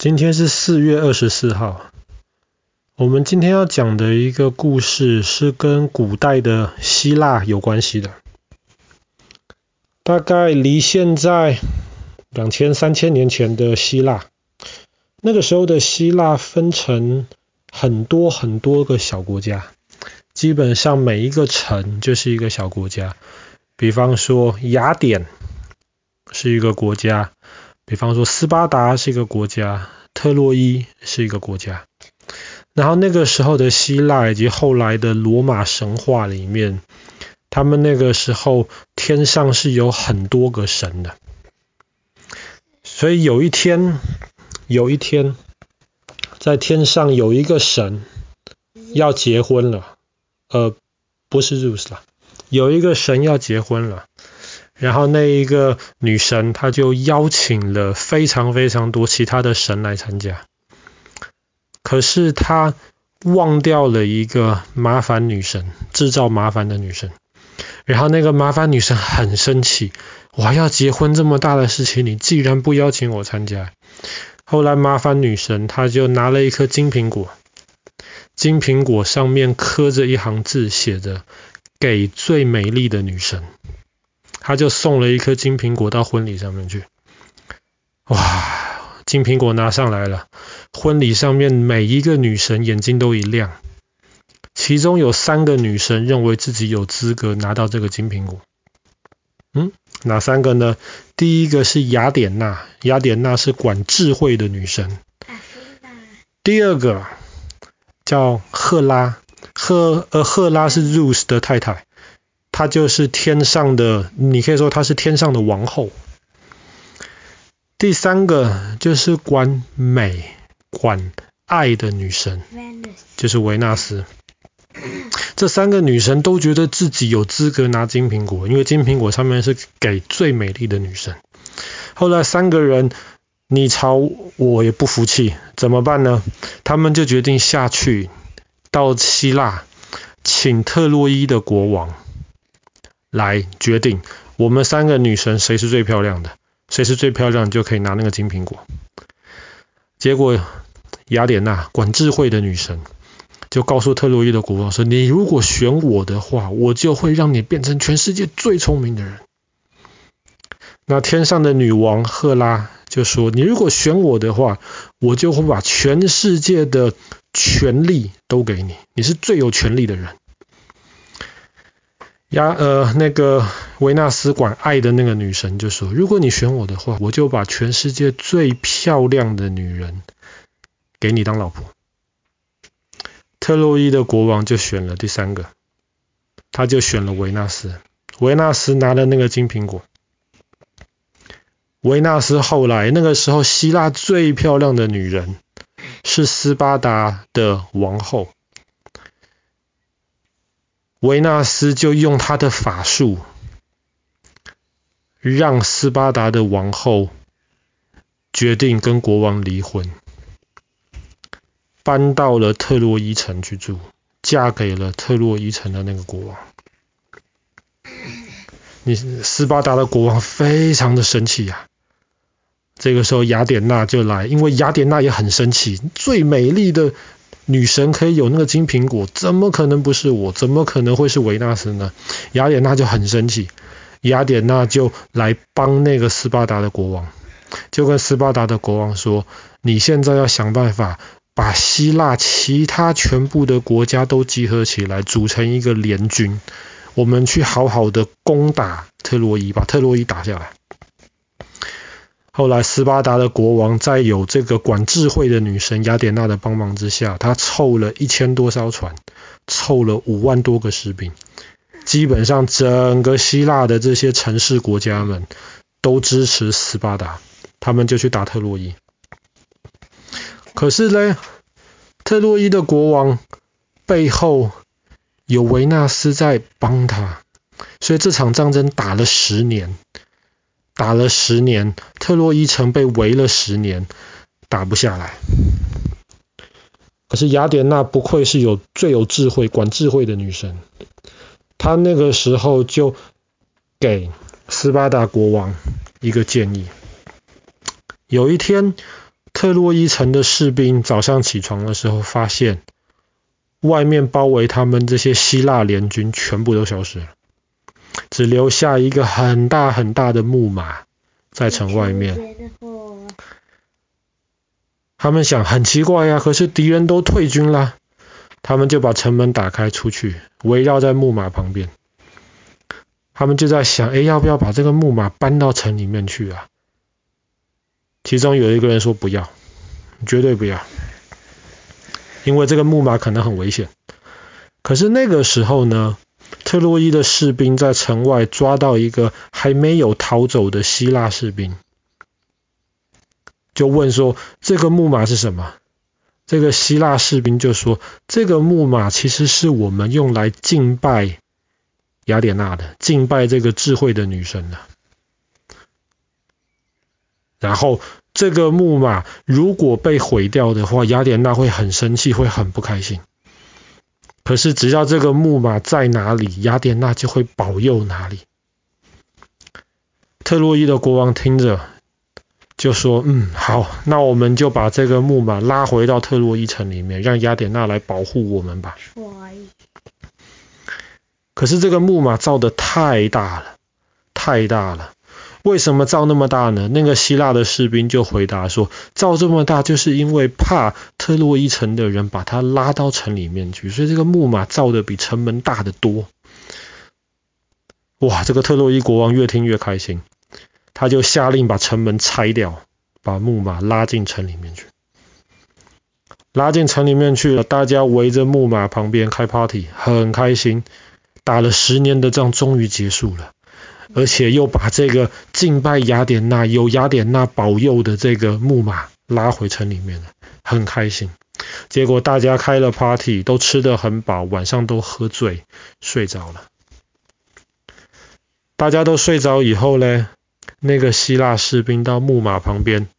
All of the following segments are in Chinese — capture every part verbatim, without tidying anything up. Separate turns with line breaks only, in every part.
今天是四月二十四号。我们今天要讲的一个故事是跟古代的希腊有关系的。大概离现在两千、三千年前的希腊，那个时候的希腊分成很多很多个小国家，基本上每一个城就是一个小国家。比方说雅典是一个国家，比方说斯巴达是一个国家，特洛伊是一个国家。然后那个时候的希腊以及后来的罗马神话里面，他们那个时候天上是有很多个神的。所以有一天，有一天在天上有一个神要结婚了，呃，不是 Zeus 啦，有一个神要结婚了。然后那一个女神她就邀请了非常非常多其他的神来参加，可是她忘掉了一个麻烦女神，制造麻烦的女神。然后那个麻烦女神很生气，我还要结婚这么大的事情，你既然不邀请我参加。后来麻烦女神她就拿了一颗金苹果，金苹果上面刻着一行字，写着给最美丽的女神。他就送了一颗金苹果到婚礼上面去。哇，金苹果拿上来了，婚礼上面每一个女神眼睛都一亮，其中有三个女神认为自己有资格拿到这个金苹果。嗯，哪三个呢？第一个是雅典娜，雅典娜是管智慧的女神。第二个叫赫拉，赫呃赫拉是 Zeus 的太太。她就是天上的，你可以说她是天上的王后。第三个就是管美、管爱的女神，就是维纳斯。这三个女神都觉得自己有资格拿金苹果，因为金苹果上面是给最美丽的女神。后来三个人你吵我也不服气，怎么办呢？他们就决定下去到希腊，请特洛伊的国王来决定我们三个女神谁是最漂亮的，谁是最漂亮就可以拿那个金苹果。结果雅典娜管智慧的女神就告诉特洛伊的国王说，你如果选我的话，我就会让你变成全世界最聪明的人。那天上的女王赫拉就说，你如果选我的话，我就会把全世界的权力都给你，你是最有权力的人。呀呃，那个维纳斯管爱的那个女神就说，如果你选我的话，我就把全世界最漂亮的女人给你当老婆。特洛伊的国王就选了第三个，他就选了维纳斯。维纳斯拿了那个金苹果。维纳斯后来那个时候希腊最漂亮的女人是斯巴达的王后。维纳斯就用他的法术，让斯巴达的王后决定跟国王离婚，搬到了特洛伊城去住，嫁给了特洛伊城的那个国王。你斯巴达的国王非常的生气啊。这个时候雅典娜就来，因为雅典娜也很生气，最美丽的女神可以有那个金苹果，怎么可能不是我？怎么可能会是维纳斯呢？雅典娜就很生气，雅典娜就来帮那个斯巴达的国王，就跟斯巴达的国王说，你现在要想办法把希腊其他全部的国家都集合起来，组成一个联军，我们去好好的攻打特洛伊，把特洛伊打下来。后来斯巴达的国王在有这个管智慧的女神雅典娜的帮忙之下，他凑了一千多艘船，凑了五万多个士兵，基本上整个希腊的这些城市国家们都支持斯巴达，他们就去打特洛伊。可是呢，特洛伊的国王背后有维纳斯在帮他，所以这场战争打了十年。打了十年，特洛伊城被围了十年，打不下来。可是雅典娜不愧是有最有智慧、管智慧的女神，她那个时候就给斯巴达国王一个建议。有一天， 特洛伊城的士兵早上起床的时候，发现外面包围他们这些希腊联军全部都消失了，只留下一个很大很大的木马在城外面。他们想很奇怪呀，可是敌人都退军了，他们就把城门打开出去，围绕在木马旁边。他们就在想，诶，要不要把这个木马搬到城里面去啊？其中有一个人说不要，绝对不要，因为这个木马可能很危险。可是那个时候呢，特洛伊的士兵在城外抓到一个还没有逃走的希腊士兵，就问说这个木马是什么？这个希腊士兵就说，这个木马其实是我们用来敬拜雅典娜的，敬拜这个智慧的女神的。然后这个木马如果被毁掉的话，雅典娜会很生气，会很不开心。可是只要这个木马在哪里，雅典娜就会保佑哪里。特洛伊的国王听着就说，嗯，好，那我们就把这个木马拉回到特洛伊城里面，让雅典娜来保护我们吧。可是这个木马造的太大了，太大了。为什么造那么大呢？那个希腊的士兵就回答说，造这么大就是因为怕特洛伊城的人把它拉到城里面去，所以这个木马造的比城门大得多。哇，这个特洛伊国王越听越开心，他就下令把城门拆掉，把木马拉进城里面去。拉进城里面去了，大家围着木马旁边开 party， 很开心，打了十年的仗终于结束了。而且又把这个敬拜雅典娜、有雅典娜保佑的这个木马拉回城里面了，很开心。结果大家开了 party， 都吃得很饱，晚上都喝醉，睡着了。大家都睡着以后呢，那个希腊士兵到木马旁边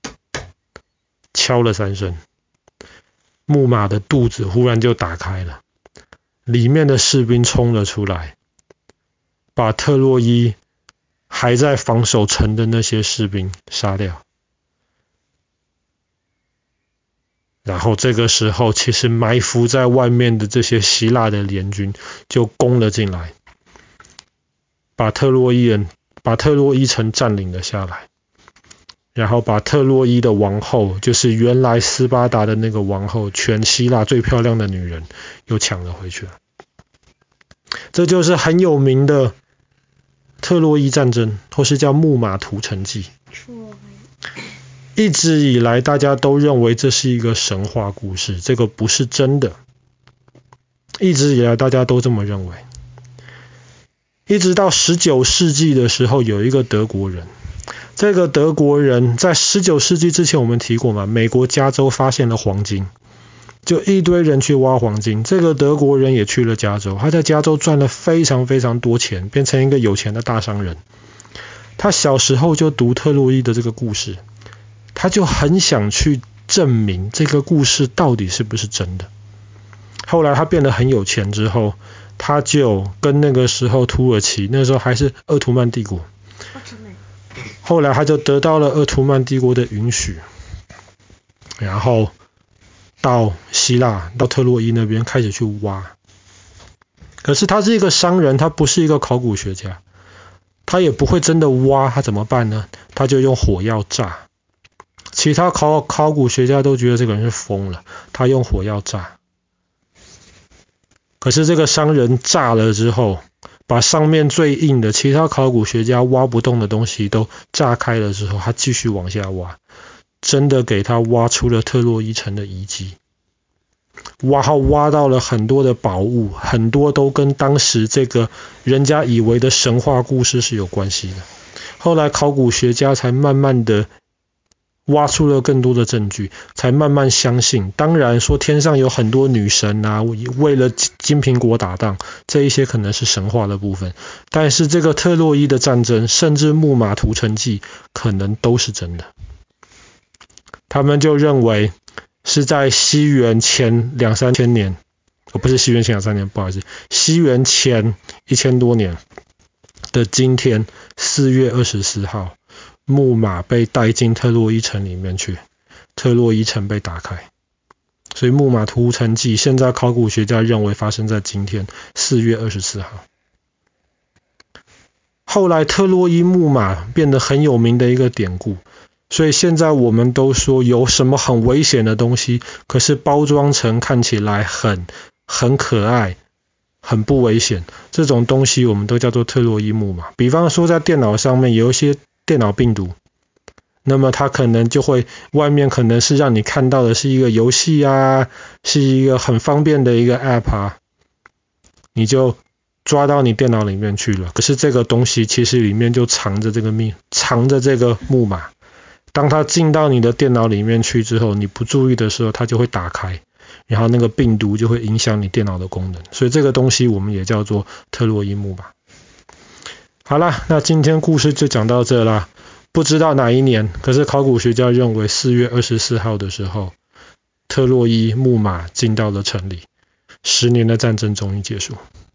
敲了三声，木马的肚子忽然就打开了，里面的士兵冲了出来，把特洛伊还在防守城的那些士兵杀掉。然后这个时候，其实埋伏在外面的这些希腊的联军就攻了进来，把特洛伊人把特洛伊城占领了下来，然后把特洛伊的王后，就是原来斯巴达的那个王后，全希腊最漂亮的女人，又抢了回去了。这就是很有名的特洛伊战争，或是叫木马屠城记。一直以来大家都认为这是一个神话故事，这个不是真的。一直以来大家都这么认为。一直到十九世纪的时候，有一个德国人，这个德国人在十九世纪之前我们提过嘛，美国加州发现了黄金，就一堆人去挖黄金，这个德国人也去了加州，他在加州赚了非常非常多钱，变成一个有钱的大商人。他小时候就读特洛伊的这个故事，他就很想去证明这个故事到底是不是真的。后来他变得很有钱之后，他就跟那个时候土耳其，那时候还是鄂图曼帝国，后来他就得到了鄂图曼帝国的允许，然后到希腊，到特洛伊那边开始去挖。可是他是一个商人，他不是一个考古学家，他也不会真的挖，他怎么办呢？他就用火药炸。其他考考古学家都觉得这个人是疯了，他用火药炸。可是这个商人炸了之后，把上面最硬的其他考古学家挖不动的东西都炸开了之后，他继续往下挖，真的给他挖出了特洛伊城的遗迹。挖好挖到了很多的宝物，很多都跟当时这个人家以为的神话故事是有关系的。后来考古学家才慢慢的挖出了更多的证据，才慢慢相信。当然说天上有很多女神啊，为了金苹果打仗，这一些可能是神话的部分，但是这个特洛伊的战争，甚至木马屠城记，可能都是真的。他们就认为是在西元前两三千年，哦，不是西元前两三年，不好意思，西元前一千多年的今天，四月二十四号，木马被带进特洛伊城里面去， 特洛伊城被打开。所以木马屠城记现在考古学家认为发生在今天四月二十四号。后来特洛伊木马变得很有名的一个典故，所以现在我们都说有什么很危险的东西，可是包装成看起来很很可爱很不危险，这种东西我们都叫做特洛伊木马。比方说在电脑上面有一些电脑病毒，那么它可能就会外面可能是让你看到的是一个游戏啊，是一个很方便的一个 app 啊，你就抓到你电脑里面去了，可是这个东西其实里面就藏着这个密藏着这个木马，当它进到你的电脑里面去之后，你不注意的时候它就会打开，然后那个病毒就会影响你电脑的功能，所以这个东西我们也叫做特洛伊木马。好啦，那今天故事就讲到这啦。不知道哪一年，可是考古学家认为四月二十四号的时候，特洛伊木马进到了城里，十年的战争终于结束。